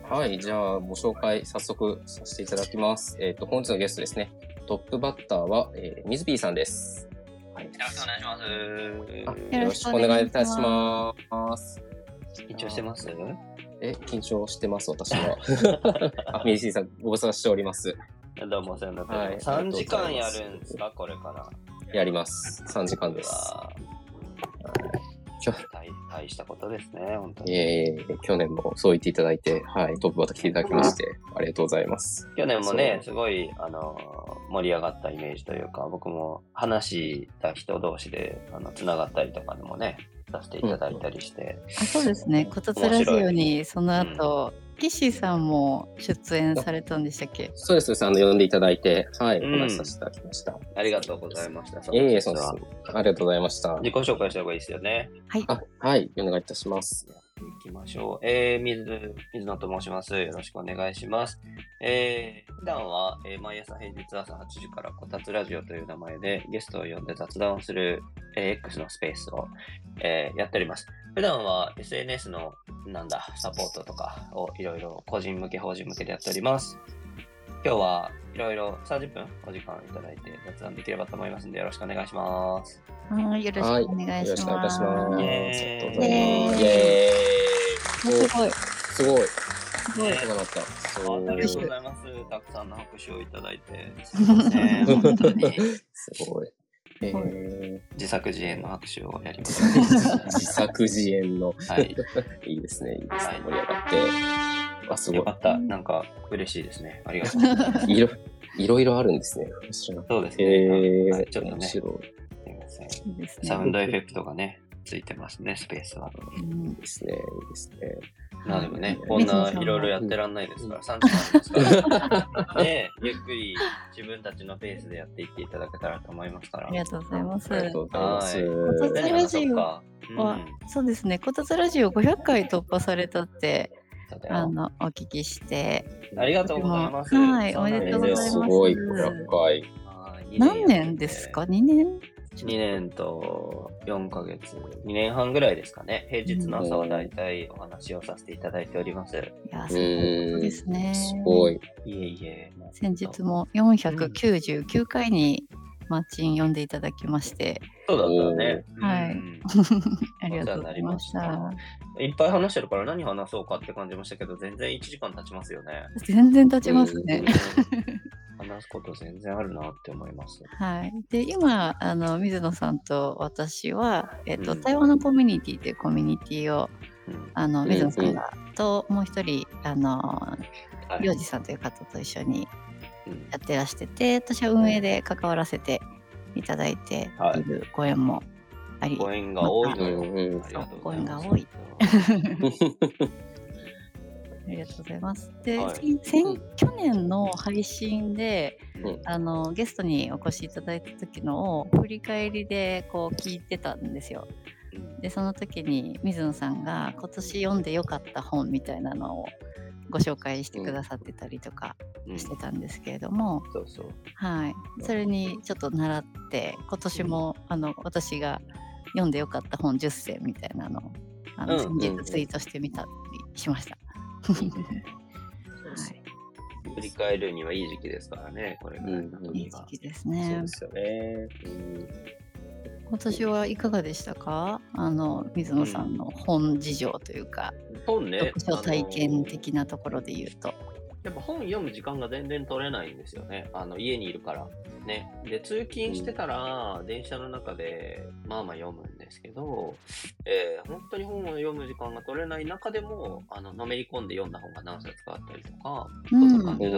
はい、じゃあご紹介早速させていただきます。本日のゲストですね。トップバッターは、水 P さんです。 はい、よろしくお願いします。 よろしくお願いいたします。 緊張してます？ 緊張してます、私は。水 P さん、ご無沙汰しております。 どうもお世話になっております。3時間やるんですか、これから。 やります。3時間です。 大したことですね、本当に。 去年もそう言っていただいて、はい、トップバッター来ていただきまして、ありがとうございます。 去年もね、すごい、盛り上がったイメージというか、僕も話した人同士で、つながったりとかでもね、させていただいたりして。 そうですね、こたつラジオにその後、キッシーさんも出演されたんでしたっけ？ そうです、呼んでいただいて、はい、お話しさせていただきました。 ありがとうございました。 そうです。ありがとうございました。 自己紹介した方がいいですよね。 はい。 はい、お願いいたします。 やっていきましょう。水野と申します。よろしくお願いします。普段は、毎朝平日朝8時からこたつラジオという名前でゲストを呼んで雑談をする、X のスペースを、やっております。普段は SNS のサポートとかをいろいろ個人向け、法人向けでやっております。今日はいろいろ30分お時間いただいて雑談できればと思いますのでよろしくお願いします。 はい、よろしくお願いします。 よろしくお願いいたします。 イエーイ。すごい。 ありがとうございます。たくさんの拍手をいただいて。すみません。本当に。 すごい。 自作自演の拍手をやります。 自作自演の。 はい。 いいですね。いいですね。盛り上がって。 すごい。よかった。なんか嬉しいですね。ありがとうございます。 いろいろあるんですね。 そうですね。ちょっとね。 すみません。サウンドエフェクトがね、ついてますね、スペースは。 いいですね。いいですね。 まあでもね、こんないろいろやってらんないですから、3時間ですから。ね、ゆっくり自分たちのペースでやっていっていただけたらと思いますから。 ありがとうございます。 ありがとうございます。 こたつラジオは、そうですね、こたつラジオ500回突破されたって、お聞きして。 ありがとうございます。 はい、おめでとうございます。 すごい、500回。 何年ですか？ 2 年 2年と4ヶ月、2年半ぐらいですかね。平日の朝はだいたいお話をさせていただいております。 いや、すごいことですね。 すごい。 いえ。 先日も499回にマッチン呼んでいただきまして。 そうだったね。 はい。ありがとうございました。 いっぱい話してるから何話そうかって感じましたけど、全然1時間経ちますよね。 全然経ちますね。 話すこと全然あるなって思います。 はい。で、今、水野さんと私は、対話のコミュニティというコミュニティを、水野さんが、と、もう一人、りょうじさんという方と一緒にやってらしてて、私は運営で関わらせていただいているご縁もあり、 ご縁が多いのよ。 ご縁が多い。ありがとうございます。で、去年の配信で、ゲストにお越しいただいた時のを振り返りでこう聞いてたんですよ。で、その時に水野さんが今年読んでよかった本みたいなのをご紹介してくださってたりとかしてたんですけれども、はい、それにちょっと習って今年も私が読んでよかった本10選みたいなのを先日ツイートしてみたりしました。 振り返るにはいい時期ですからね、これぐらいの時が。 いい時期ですね。 そうですよね。 今年はいかがでしたか？水野さんの本事情というか、 本ね、 読書体験的なところで言うと。 やっぱ本読む時間が全然取れないんですよね。家にいるからね。で、通勤してたら、電車の中でまあまあ読むんですけど、本当に本を読む時間が取れない中でも、のめり込んで読んだ本が何冊かあったりとか、そんな感じだった。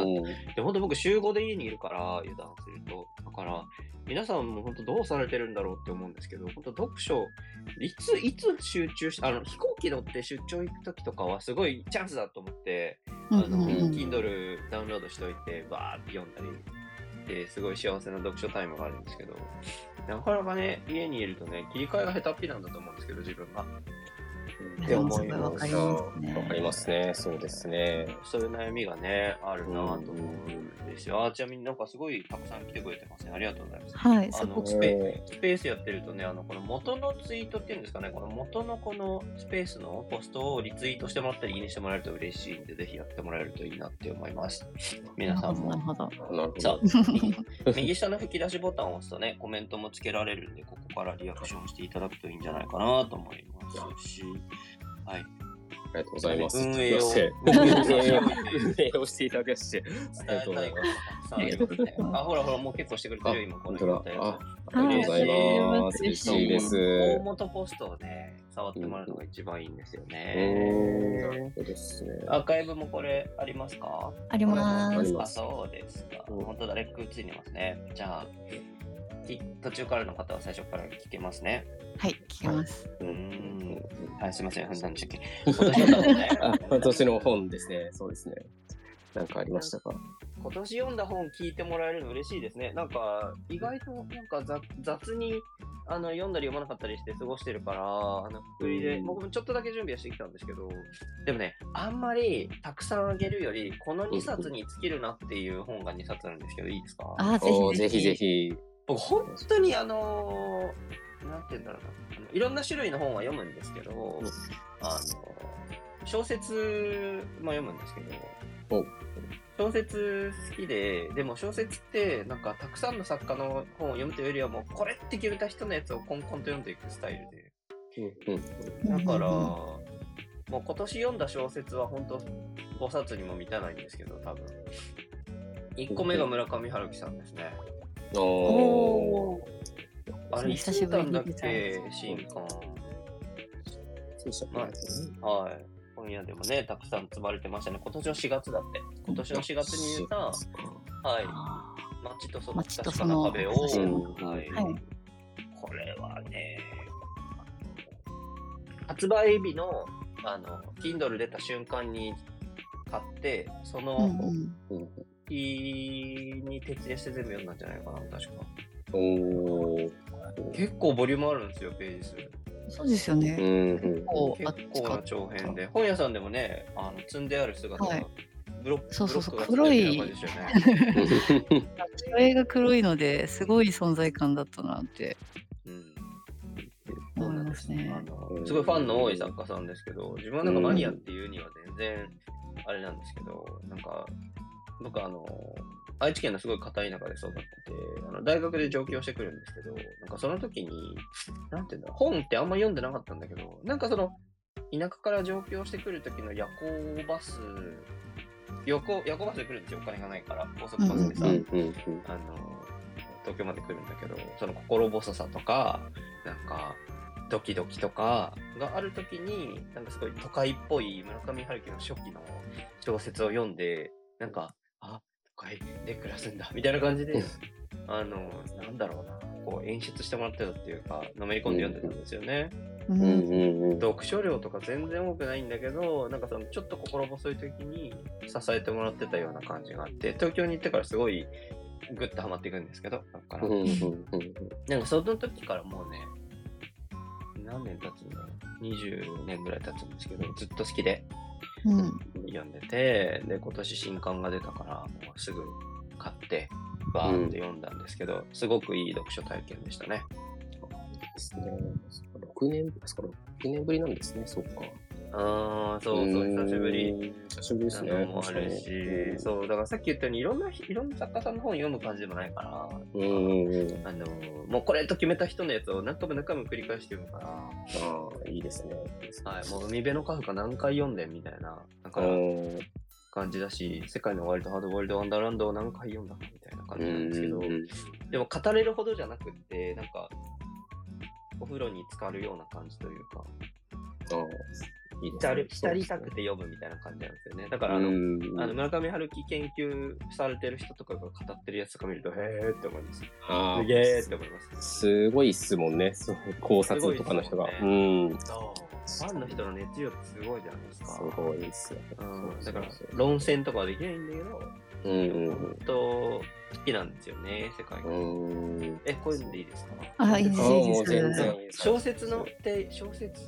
で、本当僕週5で家にいるから、油断すると。だから、皆さんも本当どうされてるんだろうって思うんですけど、本当読書、いつ集中し、飛行機乗って出張行く時とかはすごいチャンスだと思って、Kindle ダウンロードしといて、バーって読んだり、ですごい幸せな読書タイムがあるんですけど、なかなかね、家にいるとね、切り替えが下手っぴなんだと思うんですけど、自分が。 って思います。 わかりますね。 わかりますね。そうですね。 そういう悩みがね、あるなと思うんですよ。ちなみになんかすごいたくさん来てくれてますね。ありがとうございます。 はい、 スペースやってるとね、この元のツイートっていうんですかね、この元のこのスペースのポストをリツイートしてもらったり、いいねしてもらえると嬉しいんで、ぜひやってもらえるといいなって思います。皆さんも。 なるほど。 さあ、右下の吹き出しボタンを押すとね、コメントもつけられるんで、ここからリアクションしていただくといいんじゃないかなと思いますし、はい。 ありがとうございます。 運営をしていただきまして。 伝えたいことたくさんありますね。ほら、もう結構してくれてるよ、今この本当だ。 ありがとうございます。嬉しいです。 大元ポストをね、触ってもらうのが一番いいんですよね。 そうですね。 アーカイブもこれありますか？ あります。 そうですか。本当だ、レックついてますね。じゃあ、途中からの方は最初から聞けますね。 はい、聞けます。 はい、すみません、踏んだんでしたっけ。 今年の本ですね。そうですね。なんかありましたか？ 今年読んだ本聞いてもらえるの嬉しいですね。なんか、意外となんか雑に読んだり読まなかったりして過ごしてるから、くりで、僕もちょっとだけ準備はしてきたんですけど、でもね、あんまりたくさんあげるより、この2冊に尽きるなっていう本が2冊あるんですけど、いいですか？ ぜひぜひ。 僕、本当になんて言うんだろうな。いろんな種類の本は読むんですけど、小説も読むんですけど、小説好きで、でも小説ってなんかたくさんの作家の本を読むというよりはもうこれって決めた人のやつをコンコンと読んでいくスタイルで。だから、もう今年読んだ小説は本当5冊にも満たないんですけど、多分。1個目が村上春樹さんですね。あれ、久しぶりにだっけ、新刊。はい。本屋でもね、たくさん積まれてましたね。今年の4月だって。今年の4月に出た、はい。街とその確かな壁を、はい。これはね、発売日の、Kindle 出た瞬間に買って、その日に徹夜して全部読んだんじゃないかな、確か。結構ボリュームあるんですよ、ページ数。 そうですよね。 結構な長編で。本屋さんでもね、積んである姿が、ブロックが黒い。 それが黒いのですごい存在感だったなって。思いますね。 すごいファンの多い作家さんですけど、自分はなんかマニアっていうには全然あれなんですけど、なんか僕愛知県のすごい片田舎で育ってて、大学で上京してくるんですけど、なんかその時に、なんていうんだろう、本ってあんま読んでなかったんだけど、なんかその、田舎から上京してくる時の夜行バスで来るんですよ、お金がないから、高速バスでさ、東京まで来るんだけど、その心細さとか、なんか、ドキドキとかがある時に、なんかすごい都会っぽい村上春樹の初期の小説を読んで、なんか、都会で暮らすんだみたいな感じで、なんだろうな、こう演出してもらってたっていうか、のめり込んで読んでたんですよね。読書量とか全然多くないんだけど、なんかそのちょっと心細い時に支えてもらってたような感じがあって、東京に行ってからすごいグッとハマっていくんですけど、だから、なんかその時からもうね、何年経つんだろう、20年ぐらい経つんですけど、ずっと好きで読んでて、で、今年新刊が出たから、もうすぐ買って、バーって読んだんですけど、すごくいい読書体験でしたね。 ですね。6年ぶりなんですね、そうか。 そう、久しぶり。 久しぶりですね。 もあるし、そう、だからさっき言ったように、いろんな作家さんの本読む感じでもないから、もうこれと決めた人のやつを何回も繰り返して読むから、 いいですね。 はい、もう海辺のカフカ何回読んでみたいな、感じだし、世界のワイルドハードワールドワンダーランドを何回読んだみたいな感じなんですけど、でも語れるほどじゃなくって、なんか、お風呂に浸かるような感じというか、浸りたくて読むみたいな感じなんですよね。だから村上春樹研究されてる人とかが語ってるやつとか見ると、へーって思います。すげーって思います。 すごいっすもんね、考察とかの人が。 ファンの人の熱量ってすごいじゃないですか。 すごいっすよ。 だから、論戦とかはできないんだけど、本当好きなんですよね、世界が。こういうのでいいですか？ いいです。 もう全然。 小説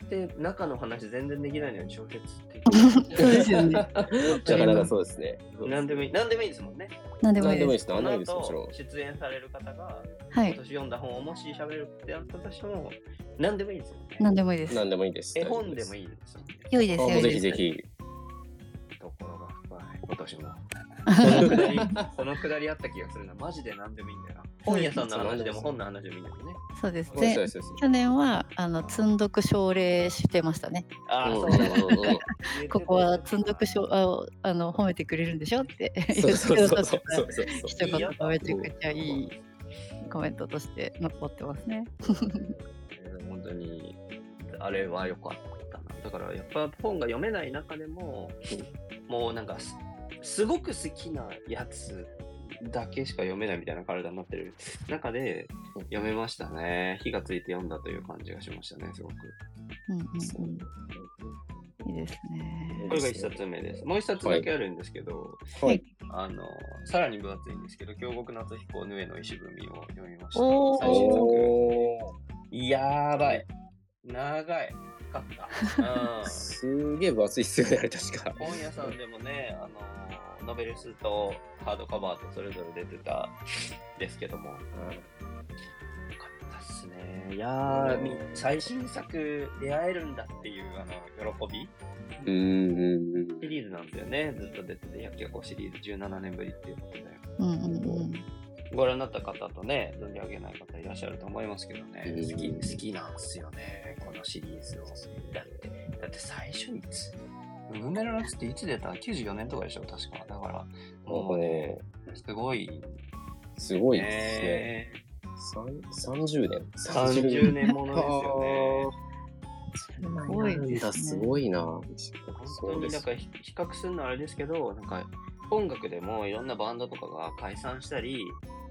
って中の話全然できないのに小説ってそうですよね。 なかなかそうですね。 何でもいいですもんね。 何でもいいで。 何でもいいですす。 この何でもいいです。もちろ後ん。 出演される方がはい。 今年読んだ本をもし喋るってやったとしても何でもいいですもんね。 何でもいいです。 何でもいいです。 絵本でもい。 いいですもんね。 良いです、 あ、もうぜ良いです。 ひぜひ。 ところが深い今年も。このくだりあった気がするな。マジで何でもいいんだよな。本屋さんの話でも本の話でもいいんだよね。 そうです。 そうですそうです。 去年は積んどく奨励してましたね。 ああ、そううんだうんうんここは積んどく奨褒めてくれるんでしょって言ってそうそうくださっそうそうそうそう。 た一言がめちゃくちゃいいコメントとして残ってますね。 本当にあれは良かったな。だからやっぱ本が読めない中でも、もうなんかすごく好きなやつだけしか読めないみたいな体になってる中で読めましたね。火がついて読んだという感じがしましたね、すごく。 うんうんうん。いいですね。 これが一冊目です。もう一冊だけあるんですけど、 はい。 さらに分厚いんですけど、京極夏彦ヌエの石踏みを読みました。 おー最新作。 おやばい。長い。かった。 ー。すげえ分厚いっすよね、あれ確か。 本屋さんでもね、ノベルスとハードカバーとそれぞれ出てたですけども、よかったっすね。いやー、最新作出会えるんだっていう喜びシリーズなんですよね。ずっと出てて、焼き子シリーズ17年ぶりっていうことで。 うんうんうん。 ご覧になった方とね、存じ上げない方いらっしゃると思いますけどね、 うん好きなんですよね、このシリーズを。だって最初にムメラの夏っていつ出た ?94 年とかでしょ、確か。だから、もうね、すごい。 すごいですね。30年。 30年ものですよね。 すごいですね。 すごいな。 本当になんか比較するのはあれですけど、なんか音楽でもいろんなバンドとかが解散したり、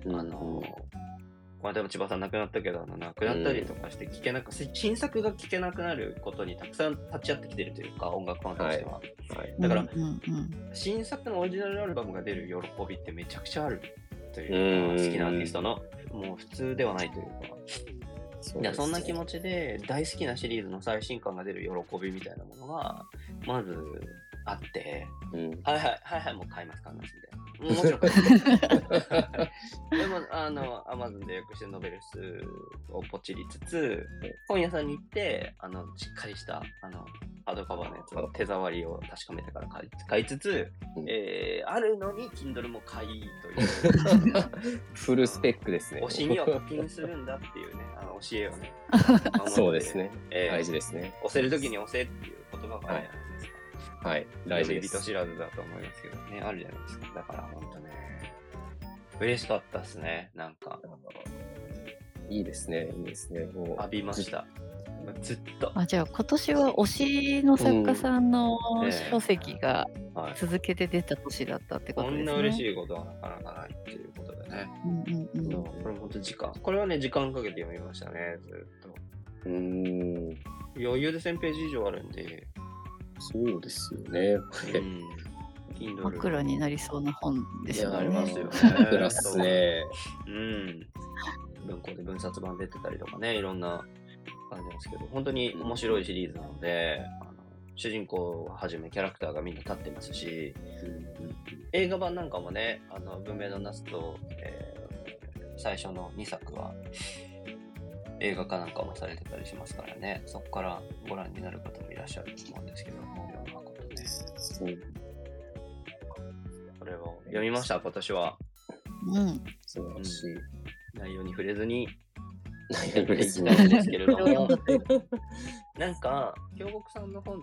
この間も千葉さん亡くなったけど、亡くなったりとかして聞けなく、新作が聞けなくなることにたくさん立ち会ってきてるというか、音楽ファンとしては。だから、新作のオリジナルアルバムが出る喜びってめちゃくちゃあるというか、好きなアーティストの、もう普通ではないというか。そんな気持ちで大好きなシリーズの最新刊が出る喜びみたいなものがまずあって、はいもう買います買いますみたいな。もちろん買います。でもAmazon で予約してノベルスをポチりつつ、本屋さんに行ってしっかりしたハードカバーのやつを手触りを確かめてから買いつつ、あるのに Kindle も買いというフルスペックですね。 推しには課金するんだっていうね、教えをね。 そうですね。大事ですね。 押せるときに押せっていう言葉があるじゃないですか。 はい、大事です。 人知らずだと思いますけどね、あるじゃないですか。だから本当ね、嬉しかったですね、なんか。 いいですね、いいですね。もう浴びました。ずっと。 じゃあ今年は推しの作家さんの書籍が続けて出た年だったってことですね。 こんな嬉しいことはなかなかないっていうことでね。これも本当これはね、時間かけて読みましたね、ずっと。余裕で1000ページ以上あるんで。 そうですよね。 真っ黒になりそうな本ですよね。 ありますよね。 プラスね。 文庫で分冊版出てたりとかね、いろんな感じなんですけど、本当に面白いシリーズなので、主人公をはじめキャラクターがみんな立ってますし、映画版なんかもね、文明のナスと、最初の2作は映画化なんかもされてたりしますからね、そこからご覧になる方もいらっしゃると思うんですけど、毛量の箱とね。これを読みました、今年は。 素晴らしい。 内容に触れずにやっていきたいんですけれども、なんか、京極さんの本って、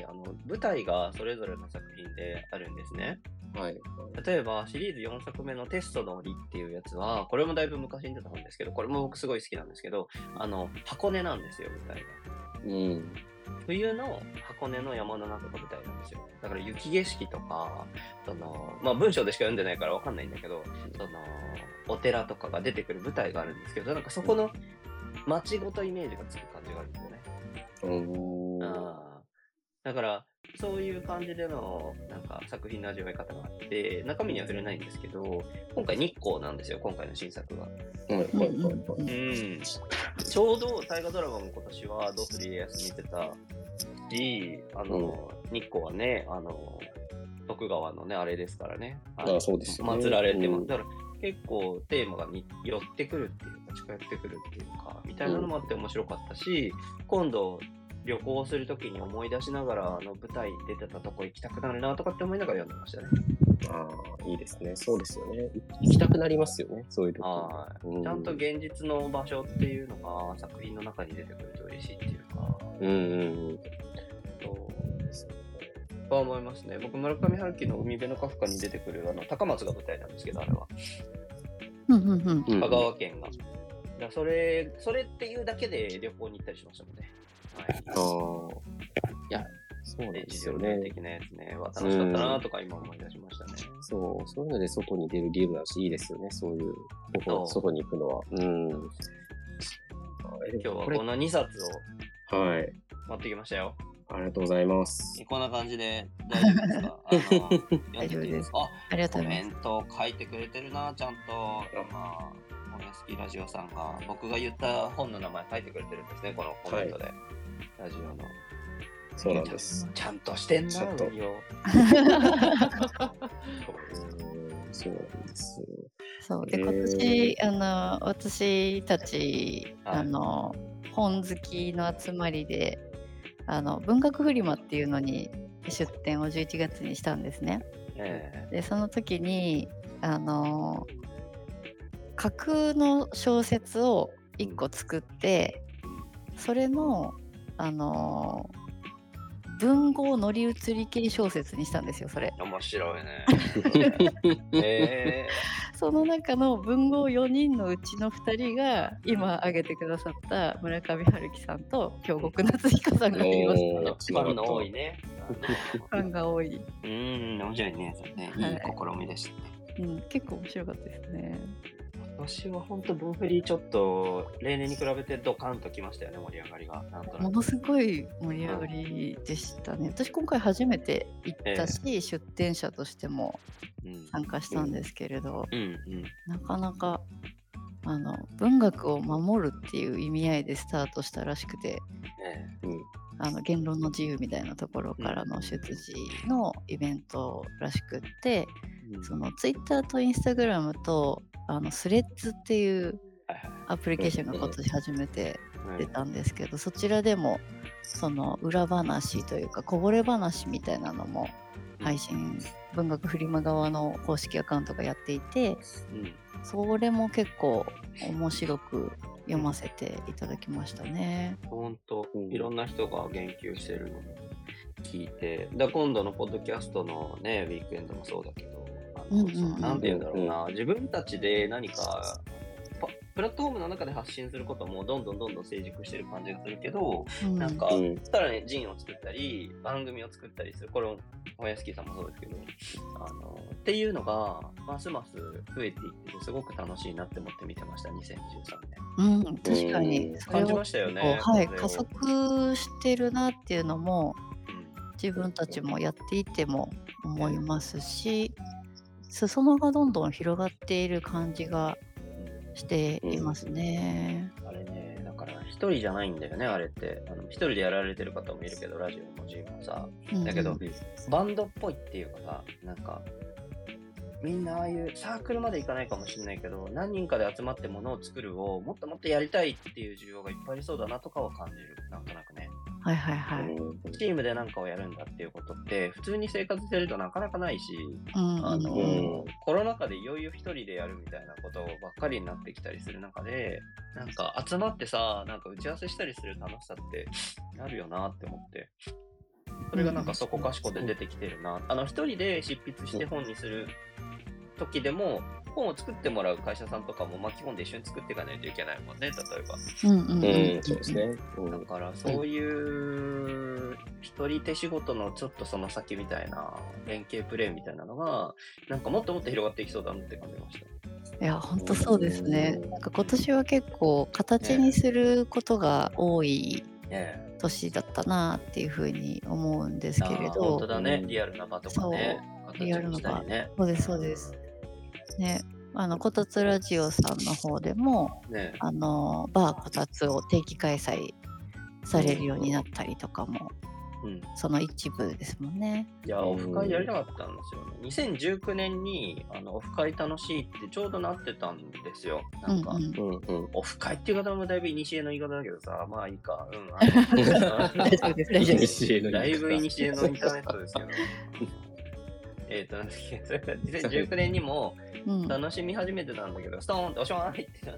舞台がそれぞれの作品であるんですね。例えば、シリーズ4作目のテストの檻っていうやつは、これもだいぶ昔に出た本ですけど、これも僕すごい好きなんですけど、箱根なんですよ、舞台が。冬の箱根の山の中が舞台なんですよ。だから雪景色とか、文章でしか読んでないからわかんないんだけど、お寺とかが出てくる舞台があるんですけど、なんかそこの街ごとイメージがつく感じがあるんですよね。だから、そういう感じでのなんか作品の味わい方があって、中身には触れないんですけど、今回日光なんですよ、今回の新作が。 ちょうど大河ドラマも今年はどうする家康見てたし、日光はね、徳川のね、あれですからね。 そうですよね。 祀られてます。だから結構テーマが寄ってくるっていうか、近寄ってくるっていうか、みたいなのもあって面白かったし、今度旅行するときに思い出しながら、舞台出てたとこ行きたくなるなとかって思いながら読んでましたね。 いいですね。そうですよね。行きたくなりますよね。そういうとこ。ちゃんと現実の場所っていうのが作品の中に出てくると嬉しいっていうか。そうですね。と思いますね。僕、村上春樹の海辺のカフカに出てくる高松が舞台なんですけど、あれは。香川県が。だそれっていうだけで旅行に行ったりしましたもんね。いや、そうですよね。的なやつね。楽しかったなとか今思い出しましたね。 そういうので外に出る理由だし、いいですよね。そういう、外に行くのは。 今日はこの2冊を持ってきましたよ。 ありがとうございます。 こんな感じで大丈夫ですか？ 大丈夫です。 ありがとうございます。コメント書いてくれてるな、ちゃんと。本屋好きラジオさんが僕が言った本の名前書いてくれてるんですね、このコメントで。ラジオの。 そうなんです。 ちゃんとしてんな、よ。 そうなんです。 そうで今年私たち本好きの集まりで文学フリマっていうのに出展を11月にしたんですね。でその時に架空の小説を1個作って、それの文豪乗り移り系小説にしたんですよ、それ。 面白いね。 その中の文豪4人のうちの2人が今挙げてくださった村上春樹さんと京極夏彦さんがいます。 ファンの多いね。 ファンが多い。 面白いね。いい試みでしたね。 結構面白かったですね。 今年は本当文振りちょっと例年に比べてドカンときましたよね、盛り上がりが。 ものすごい盛り上がりでしたね。私今回初めて行ったし、出展者としても参加したんですけれど、なかなか文学を守るっていう意味合いでスタートしたらしくて、言論の自由みたいなところからの出自のイベントらしくって、そのツイッターとインスタグラムとスレッズっていうアプリケーションが今年初めて出たんですけど、そちらでもその裏話というかこぼれ話みたいなのも配信、文学フリマ側の公式アカウントがやっていて、それも結構面白く読ませていただきましたね。 本当、いろんな人が言及してるのを聞いて、今度のポッドキャストのね、ウィークエンドもそうだけど、なんて言うんだろうな、自分たちで何かプラットフォームの中で発信することもどんどん成熟してる感じがするけど、なんかさらにジンを作ったり番組を作ったりする、これ本屋好きさんもそうですけど、っていうのがますます増えていってて、すごく楽しいなって思って見てました、2013 年。確かに感じましたよね。 加速してるなっていうのも、自分たちもやっていても思いますし、裾野がどんどん広がっている感じがしていますね。 あれね、だから一人じゃないんだよね、あれって。一人でやられてる方もいるけど、ラジオもジムもさ。だけど、バンドっぽいっていうかさ、なんか、みんなああいうサークルまでいかないかもしれないけど、何人かで集まってものを作るをもっともっとやりたいっていう需要がいっぱいありそうだなとかは感じる、なんとなくね。チームで何かをやるんだっていうことって普通に生活してるとなかなかないし、コロナ禍でいよいよ一人でやるみたいなことばっかりになってきたりする中で、なんか集まってさ、なんか打ち合わせしたりする楽しさってあるよなって思って、それがなんかそこかしこで出てきてるな。一人で執筆して本にする時でも、本を作ってもらう会社さんとかも巻き込んで一緒に作っていかないといけないもんね、例えば。 そうですね。 だからそういう一人手仕事のちょっとその先みたいな連携プレーみたいなのがなんかもっともっと広がっていきそうだなって感じました。 いや本当そうですね。なんか今年は結構形にすることが多い年だったなっていうふうに思うんですけれど。 本当だね、リアルな場とかね、 リアルな場、そうですそうです。ね、 こたつラジオさんの方でも、 ね、 バーこたつを定期開催されるようになったりとかも、その一部ですもんね。 いや、オフ会やりたかったんですよね。2019年にオフ会楽しいってちょうどなってたんですよ。なんか、オフ会っていう方もだいぶ古の言い方だけどさ、まあいいか。 大丈夫です、大丈夫です。 だいぶ古のインターネットですけど。なんだっけ、それから2019年にも楽しみ始めてたんだけど、ストーンっておしまいってなって、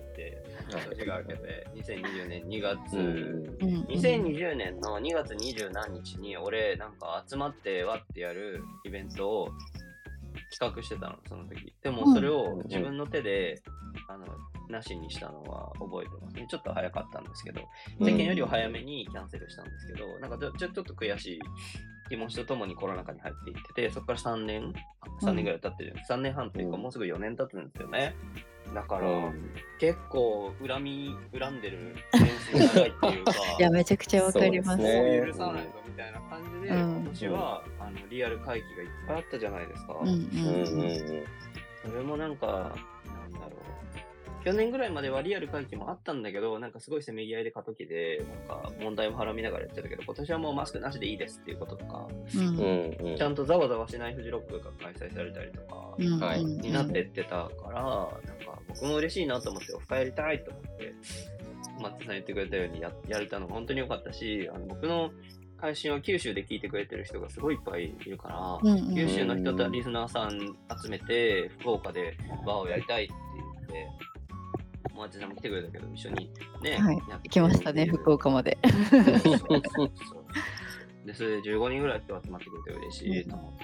年が明けて、2020年2月、2020年の2月20何日に、俺、なんか集まってわってやるイベントを企画してたの、その時。でも、それを自分の手で、なしにしたのは覚えてますね。ちょっと早かったんですけど、世間よりは早めにキャンセルしたんですけど、なんかちょっと悔しい気持ちとともにコロナ禍に入っていってて、そこから3年ぐらい経ってる。3年半というか、もうすぐ4年経つんですよね。だから、結構恨んでる年数長いっていうか、 いや、めちゃくちゃわかります。 もう許さないぞみたいな感じで、今年はリアル会期がいっぱいあったじゃないですか。それもなんか、なんだろう。去年ぐらいまではリアル会期もあったんだけど、なんかすごいせめぎ合いで過渡期で、なんか問題をはらみながらやってたけど、今年はもうマスクなしでいいですっていうこととか、ちゃんとざわざわしないフジロックが開催されたりとか、になってってたから、なんか僕も嬉しいなと思ってオフ会やりたいと思って、松田さん言ってくれたようにやれたのが本当に良かったし、僕の配信は九州で聞いてくれてる人がすごいいっぱいいるから、九州の人とリスナーさん集めて福岡でバーをやりたいって言って、友達さんも来てくれたけど一緒にね、 行きましたね、福岡まで。 で、それで15人ぐらい人集まってくれて嬉しいと思って、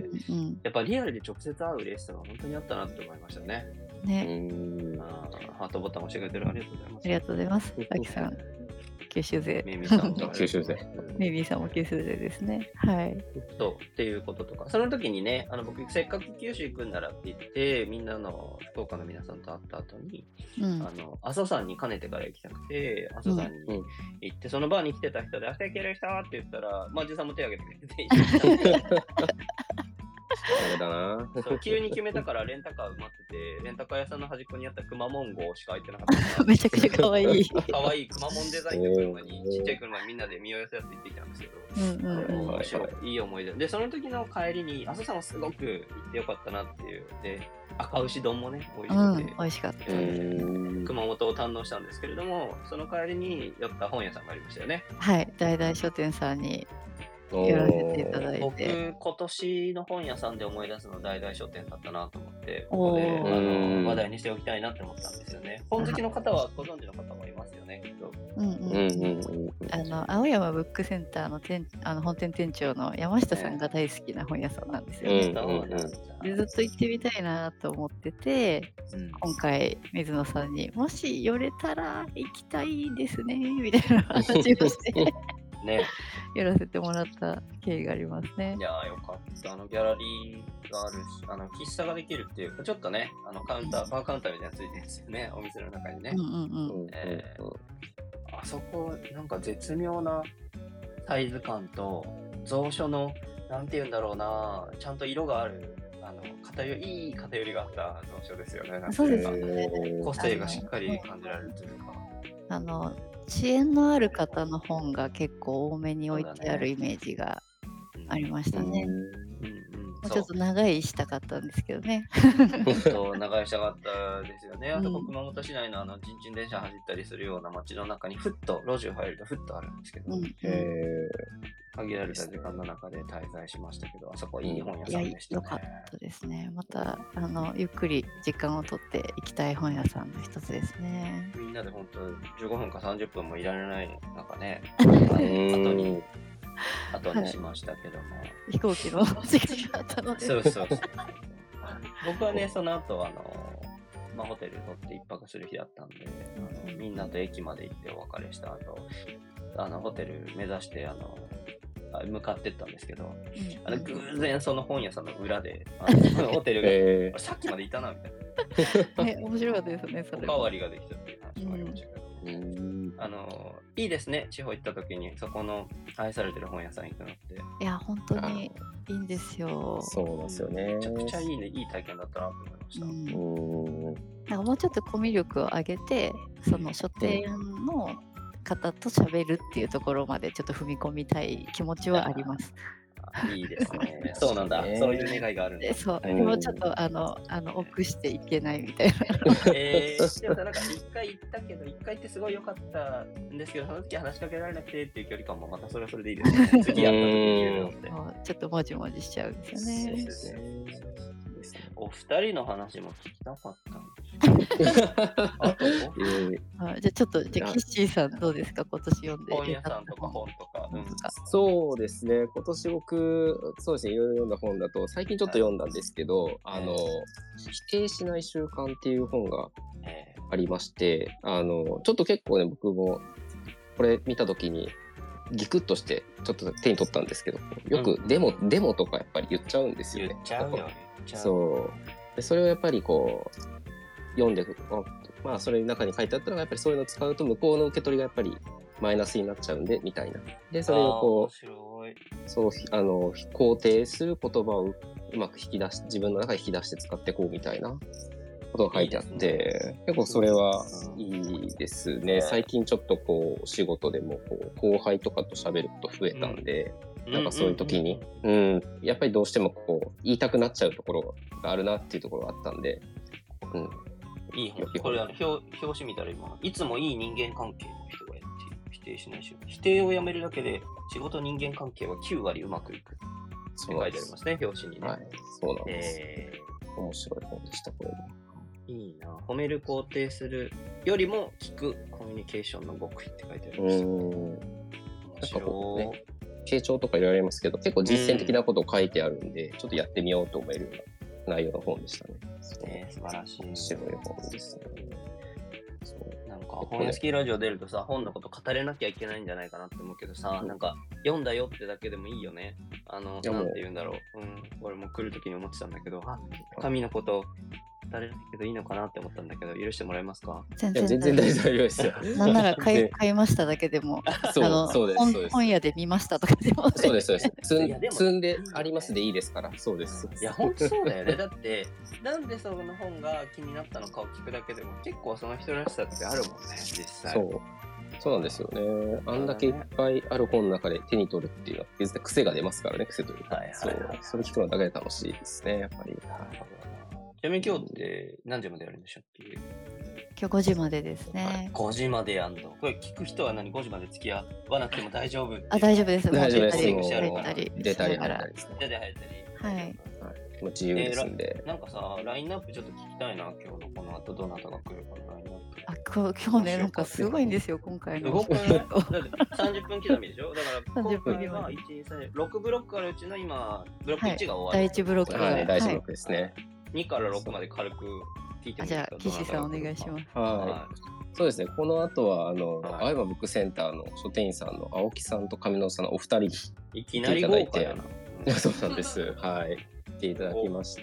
やっぱリアルで直接会う嬉しさが本当にあったなって思いましたね。ハートボタン押してくれてる、ありがとうございます。 ありがとうございます。あきさん、九州勢。 メイミーさんも九州勢。 メイビーさんも九州勢ですね。はい。 っていうこととか、その時にね、僕せっかく九州行くんならって言って、みんなの福岡の皆さんと会った後に、阿蘇山にかねてから行きたくて、阿蘇山に行って、そのバーに来てた人で、明日行ける人って言ったら、マジさんも手挙げてくれて、 そうだな。 そう急に決めたからレンタカー埋まってて、レンタカー屋さんの端っこにあったくまモン号しか空いてなかった。 めちゃくちゃ可愛い。 可愛いくまモンデザインの車に、ちっちゃい車にみんなで身を寄せ合って行ってきたんですけど、いい思い出。で、その時の帰りに、阿蘇山もすごく行ってよかったなっていう。で、赤牛丼もね、美味しくて、 美味しかった。 熊本を堪能したんですけれども、その帰りに寄った本屋さんがありましたよね。 はい、大々書店さんに寄らせていただいて。 僕、今年の本屋さんで思い出すの大々書店だったなと思って、ここで話題にしておきたいなって思ったんですよね。本好きの方はご存知の方もいますよね、きっと。 青山ブックセンターの本店店長の山下さんが大好きな本屋さんなんですよね。でずっと行ってみたいなと思ってて、今回水野さんにもし寄れたら行きたいですねみたいな話をしてね、 やらせてもらった経緯がありますね。 いやーよかった。ギャラリーがあるし、喫茶ができるっていうか、ちょっとね、バーカウンターみたいなのついてるんですよね、お店の中にね。あそこ、なんか絶妙なサイズ感と、蔵書の、なんて言うんだろうな、ちゃんと色がある、いい偏りがあった蔵書ですよね。 そうですよね。 個性がしっかり感じられるというか。 遅延のある方の本が結構多めに置いてあるイメージがありましたね。ちょっと長いしたかったんですけどね。 そう、長いしたかったですよね。あと熊本市内のちんちん電車走ったりするような街の中にふっと路地を入るとふっとあるんですけど、限られた時間の中で滞在しましたけど、あそこはいい本屋さんでしたね。 よかったですね。またゆっくり時間をとって行きたい本屋さんの一つですね。 みんなで本当15分か30分もいられない中ね、後にしましたけども、 飛行機の時間があったので。 そう僕はね、その後ホテル取って一泊する日だったんで、みんなと駅まで行ってお別れした後、ホテル目指して向かってったんですけど、偶然その本屋さんの裏でホテルが、さっきまでいたなみたいな。 面白かったですね、それ。 おかわりができたっていう話もありましたけど、 いいですね。地方行った時にそこの愛されてる本屋さん行くのって。 いや本当にいいんですよ。 そうなんですよね。 めちゃくちゃいいね、いい体験だったなと思いました。 なんかもうちょっとコミュ力を上げて、その書店の方と喋るっていうところまでちょっと踏み込みたい気持ちはあります。 いいですね。そうなんだ。そういう願いがあるんだ。 そう。でもちょっと臆していけないみたいな。 でもさ、なんか一回行ったけど、一回ってすごい良かったんですけど、その時話しかけられなくてっていう距離感もまたそれはそれでいいですね。次やった時に言えるのって。 ちょっともじもじしちゃうんですよね。そうですね。 お二人の話も聞きたかったんですよ。 じゃあちょっとキッシーさんどうですか、今年読んで。 本屋さんとか本とか。 そうですね、今年僕そうですね、いろいろ読んだ本だと最近ちょっと読んだんですけど、否定しない習慣っていう本がありまして、ちょっと結構ね、僕もこれ見た時にギクッとしてちょっと手に取ったんですけど、よくデモとかやっぱり言っちゃうんですよね。 言っちゃうよ。 そうで、それをやっぱりこう読んで、まあそれの中に書いてあったのがやっぱりそういうのを使うと向こうの受け取りがやっぱりマイナスになっちゃうんでみたいな。でそれをこうそう肯定する言葉をうまく引き出し、自分の中で引き出して使っていこうみたいなことが書いてあって、結構それはいいですね。最近ちょっとこう仕事でもこう後輩とかと喋ること増えたんで、なんかそういう時に、やっぱりどうしてもこう言いたくなっちゃうところがあるなっていうところがあったんで、 いい本。これ表紙見たら今、いつもいい人間関係の人がやっている。否定しないし、否定をやめるだけで仕事人間関係は9割うまくいくって書いてありますね、表紙にね。 はい、そうなんです。面白い本でした、これも。 いいな。褒める肯定するよりも聞くコミュニケーションの極意って書いてあります。面白い。ね、 傾聴とか言われますけど、結構実践的なことを書いてあるんで、ちょっとやってみようと思えるような内容の本でしたね。 素晴らしい。 面白い本ですね。 なんか本屋スキーラジオ出るとさ、本のこと語れなきゃいけないんじゃないかなって思うけどさ、なんか読んだよってだけでもいいよね。なんて言うんだろう。俺も来るときに思ってたんだけど、神のこと語れないけどいいのかなって思ったんだけど、許してもらえますか？ 全然大丈夫ですよ。 なんなら買いましただけでも、 そうです。 本屋で見ましたとかでも。 そうです。積んでありますでいいですから。そうです。 いや、本当そうだよね。だって、なんでその本が気になったのかを聞くだけでも、結構その人らしさってあるもんね、実際。 そうなんですよね。あんだけいっぱいある本の中で手に取るっていうのは、別に癖が出ますからね、癖というか。それ聞くのだけで楽しいですね、やっぱり。 ちなみに今日って何時までやるんでしたっけ？ 今日5時までですね。 5時までやんの。これ聞く人は5時まで付き合わなくても大丈夫？ 大丈夫です。 大丈夫です。 出たり入ったりですね。 はい。 自由ですんで。 なんかさ、ラインナップちょっと聞きたいな、今日のこの後どなたが来るかのラインナップ。 今日ね、なんかすごいんですよ、今回の。 動くない？だって30分刻みでしょ？だから今回は1、2、3、6ブロックあるうちの今、ブロック1が終わる。 第1ブロック。 はい、第1ブロックですね。 2から6まで軽く聞いてみて。 じゃあ、岸さんお願いします。 はい。そうですね。この後は青山ブックセンターの書店員さんの青木さんと上野さんのお二人いきなり豪華やな。 そうなんです。はい。来ていただきまして、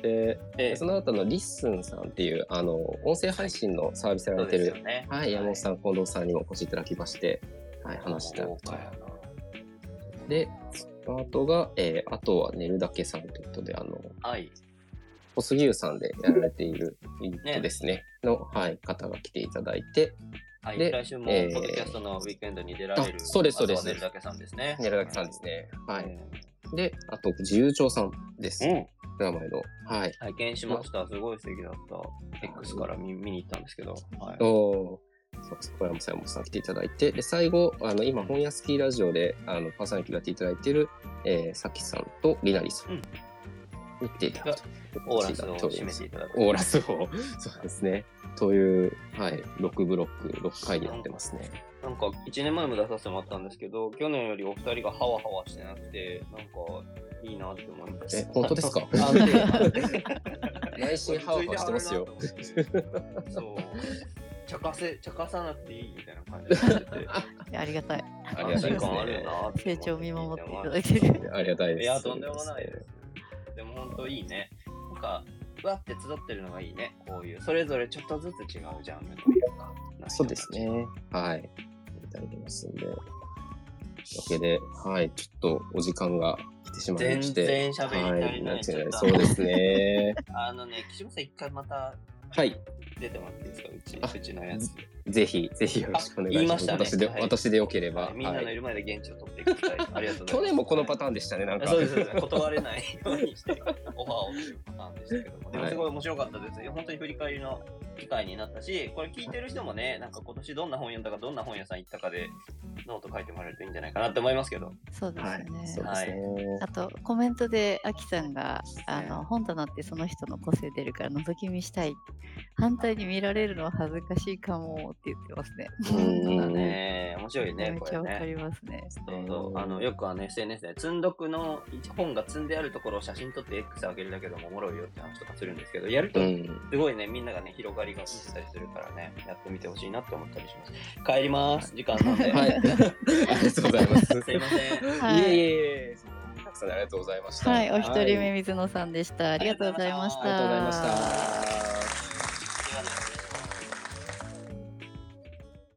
その後のリッスンさんっていう音声配信のサービスやられてる、はい、山本さん、近藤さんにもお越しいただきまして、はい、話していただくと。で、その後が、あとは寝るだけさんということで、小杉湯さんでやられているですね、の、はい、方が来ていただいて、 で、来週もポッドキャストのウィークエンドに出られる、 そうです。 寝るだけさんですね。 寝るだけさんですね。はい。で、あと、自由帳さんです。名前の。はい。 拝見しました。すごい素敵だった。X から見に行ったんですけど。はい。 小山さんも来ていただいて、で、最後、今、本屋スキーラジオで、パーソナリティがやっていただいている、さきさんとりなりさんに来ていただくと。 オーラスを締めていただく。 オーラスを、そうですね。という、はい、6ブロック、6回やってますね。 なんか、1年前も出させてもらったんですけど、去年よりお二人がハワハワしてなくて、なんか、いいなって思いました。 本当ですか？内心ハワハワしてますよ。 そう。茶化さなくていいみたいな感じでてありがたい。 ありがたいですね。 成長を見守っていただける。 ありがたいです。 いや、とんでもないです。でも本当いいね。なんか、わって集ってるのがいいね。こういう、それぞれちょっとずつ違うジャンルというか。 そうですね。はい。 たりますんで。というわけで、はい、ちょっとお時間が来てしまいまして。 全然喋り足りない。 そうですね。 岸本さん一回また、 はい。 出てもらっていいですか、うちのやつ。 ぜひよろしくお願いします。私でよければ。 みんなのいる前で現地を取っていきたい。ありがとうございます。 去年もこのパターンでしたね、なんか。 そうですね。断れないようにして、オファーをするパターンでしたけども。でもすごい面白かったです。本当に振り返りの機会になったし、これ聞いてる人もね、なんか今年どんな本読んだか、どんな本屋さん行ったかで、ノート書いてもらえるといいんじゃないかなって思いますけど。 そうですね。 はい。 あと、コメントで、アキさんが、本棚ってその人の個性出るから覗き見したい。反対に見られるのは恥ずかしいかもって言ってますね。 そうだね。面白いね。 めっちゃわかりますね。 そうよくSNS で積んどくの本が積んであるところを写真撮って X 上げるだけでもおもろいよって話とかするんですけど、やるとすごいね、みんながね、広がりが見せたりするからね、やってみてほしいなって思ったりします。帰ります。時間なんで。 はい。ありがとうございます。 すいません。 いえ。たくさんありがとうございました。 はい、お一人目水野さんでした。ありがとうございました。 ありがとうございました。